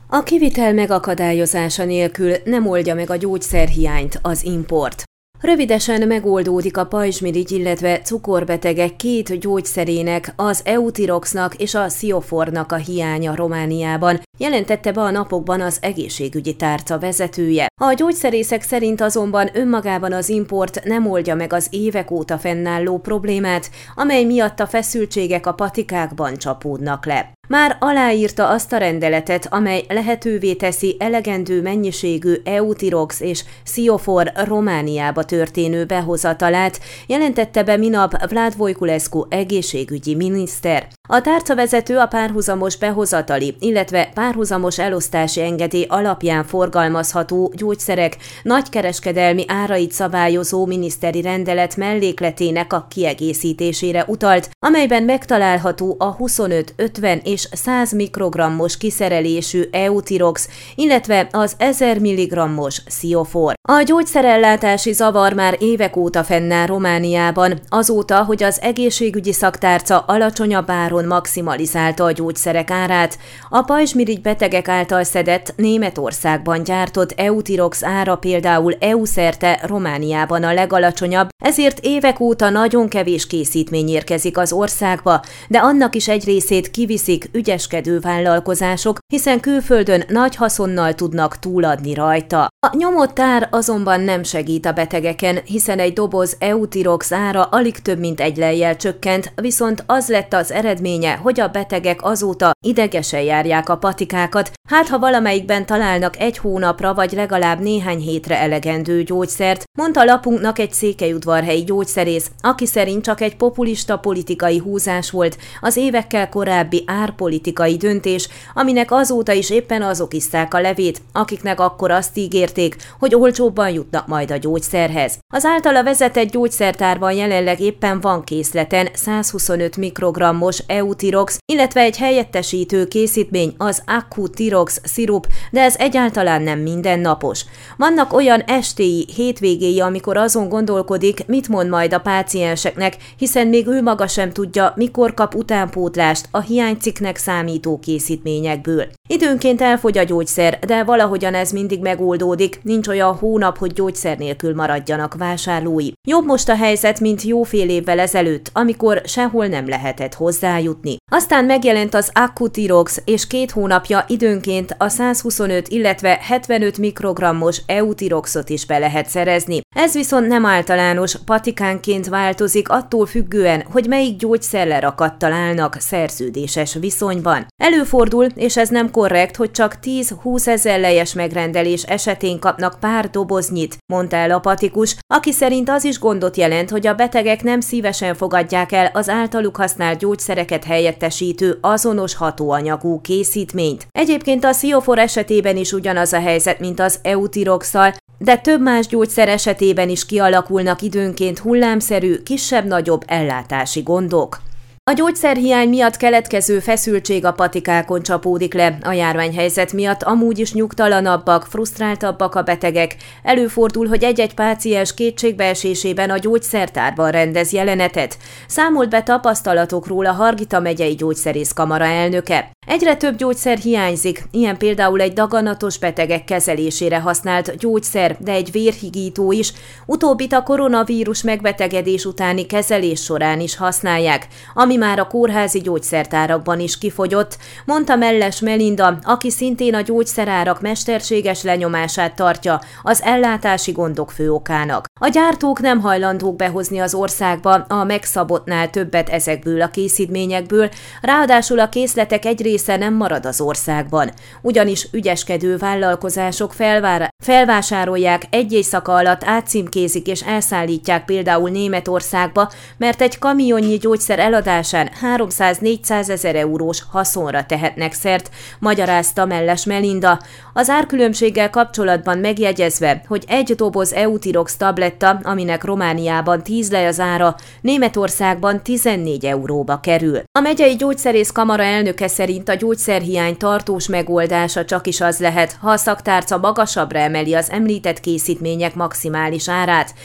A kivitel megakadályozása nélkül nem oldja meg a gyógyszerhiányt az import. Rövidesen megoldódik a pajzsmirigy, illetve cukorbetegek két gyógyszerének, az Eutiroxnak és a Siofornak a hiánya Romániában, jelentette be a napokban az egészségügyi tárca vezetője. A gyógyszerészek szerint azonban önmagában az import nem oldja meg az évek óta fennálló problémát, amely miatt a feszültségek a patikákban csapódnak le. Már aláírta azt a rendeletet, amely lehetővé teszi elegendő mennyiségű Eutirox és Siofor Romániába történő behozatalát, jelentette be minap Vlad Voiculescu egészségügyi miniszter. A tárcavezető a párhuzamos behozatali, illetve párhuzamos elosztási engedély alapján forgalmazható gyógyszerek nagykereskedelmi árait szabályozó miniszteri rendelet mellékletének a kiegészítésére utalt, amelyben megtalálható a 25, 50 és 100 mikrogrammos kiszerelésű Eutirox, illetve az 1000 milligrammos Siofor. A gyógyszerellátási zavar már évek óta fennáll Romániában, azóta, hogy az egészségügyi szaktárca alacsonyabb áron maximalizálta a gyógyszerek árát. A pajzsmirigy betegek által szedett Németországban gyártott Eutirox ára például EU-szerte Romániában a legalacsonyabb, ezért évek óta nagyon kevés készítmény érkezik az országba, de annak is egy részét kiviszik ügyeskedő vállalkozások, hiszen külföldön nagy haszonnal tudnak túladni rajta. A nyomott ár azonban nem segít a betegeken, hiszen egy doboz Eutirox ára alig több mint egy lejjel csökkent, viszont az lett az eredménye, hogy a betegek azóta idegesen járják a patikákat, hát ha valamelyikben találnak egy hónapra vagy legalább néhány hétre elegendő gyógyszert, mondta lapunknak egy székelyudvarhelyi gyógyszerész, aki szerint csak egy populista politikai húzás volt az évekkel korábbi árpolitikai döntés, aminek azóta is éppen azok isszák a levét, akiknek akkor azt ígérték, hogy olcsóbban jutnak majd a gyógyszerhez. Az általa vezetett gyógyszertárban jelenleg éppen van készleten 125 mikrogrammos Eutirox, illetve egy helyettesítő készítmény, az Accutirox szirup, de ez egyáltalán nem mindennapos. Vannak olyan estéi, hétvégéi, amikor azon gondolkodik, mit mond majd a pácienseknek, hiszen még ő maga sem tudja, mikor kap utánpótlást a hiánycikknek számító készítményekből. Időnként elfogy a gyógyszer, de valahogyan ez mindig megoldódik, nincs olyan hónap, hogy gyógyszer nélkül maradjanak vásárlói. Jobb most a helyzet, mint jó fél évvel ezelőtt, amikor sehol nem lehetett hozzájutni. Aztán megjelent az Accutirox, és 2 hónapja időnként a 125, illetve 75 mikrogrammos Eutiroxot is be lehet szerezni. Ez viszont nem általános, patikánként változik attól függően, hogy melyik gyógyszerlerakattal állnak szerződéses viszonyban. Előfordul, és ez nem korrekt, hogy csak 10-20 ezer lejes megrendelés esetén kapnak pár doboznyit, mondta el a patikus, aki szerint az is gondot jelent, hogy a betegek nem szívesen fogadják el az általuk használt gyógyszereket helyettesítő azonos hatóanyagú készítményt. Egyébként a Siofor esetében is ugyanaz a helyzet, mint az Eutiroxszal, de több más gyógyszer esetében is kialakulnak időnként hullámszerű, kisebb-nagyobb ellátási gondok. A gyógyszerhiány miatt keletkező feszültség a patikákon csapódik le, a járványhelyzet miatt amúgy is nyugtalanabbak, frusztráltabbak a betegek. Előfordul, hogy egy-egy páciens kétségbeesésében a gyógyszertárban rendez jelenetet. Számolt be tapasztalatokról a Hargita megyei gyógyszerészkamara elnöke. Egyre több gyógyszer hiányzik, ilyen például egy daganatos betegek kezelésére használt gyógyszer, de egy vérhigító is, utóbbit a koronavírus megbetegedés utáni kezelés során is használják, ami már a kórházi gyógyszertárakban is kifogyott, mondta Melles Melinda, aki szintén a gyógyszerárak mesterséges lenyomását tartja az ellátási gondok fő okának. A gyártók nem hajlandók behozni az országba a megszabottnál többet ezekből a készítményekből, ráadásul a készletek egy része nem marad az országban. Ugyanis ügyeskedő vállalkozások felvásárolják egy éjszaka alatt, átcímkézik és elszállítják például Németországba, mert egy kamionnyi gyógyszer eladásán 300-400 ezer eurós haszonra tehetnek szert, magyarázta Melles Melinda. Az árkülönbséggel kapcsolatban megjegyezve, hogy egy doboz Eutirox tabletta, aminek Romániában 10 lej az ára, Németországban 14 euróba kerül. A megyei gyógyszerészkamara elnöke szerint a gyógyszerhiány tartós megoldása csak is az lehet, ha a szaktárca magasabbra emeli az említett készítmények maximális árát.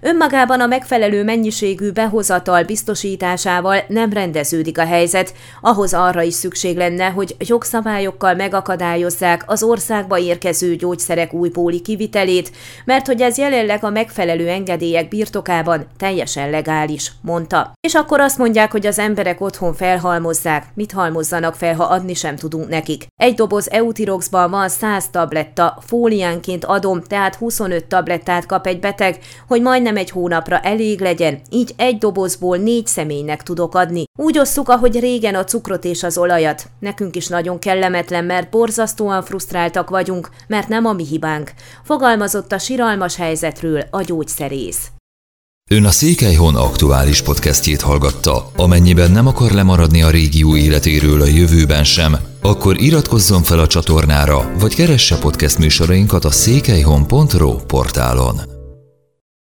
Önmagában a megfelelő mennyiségű behozatal biztosításával nem rendeződik a helyzet, ahhoz arra is szükség lenne, hogy jogszabályokkal megakadályozzák az országba érkező gyógyszerek újbóli kivitelét, mert hogy ez jelenleg a megfelelő engedélyek birtokában teljesen legális, mondta. És akkor azt mondják, hogy az emberek otthon felhalmozzák, mit halmozzanak fel, ha adni sem tudunk nekik. Egy doboz Eutiroxban van 100 tabletta, fóliánként adom, tehát 25 tablettát kap egy beteg, hogy majdnem egy hónapra elég legyen, így egy dobozból 4 személynek tudok adni. Úgy osszuk, ahogy régen a cukrot és az olajat. Nekünk is nagyon kellemetlen, mert borzasztóan frusztráltak vagyunk, mert nem a mi hibánk. Fogalmazott a siralmas helyzetről a gyógyszerész. Ön a Székelyhon aktuális podcastjét hallgatta. Amennyiben nem akar lemaradni a régió életéről a jövőben sem, akkor iratkozzon fel a csatornára, vagy keresse podcast műsorainkat a székelyhon.ro portálon.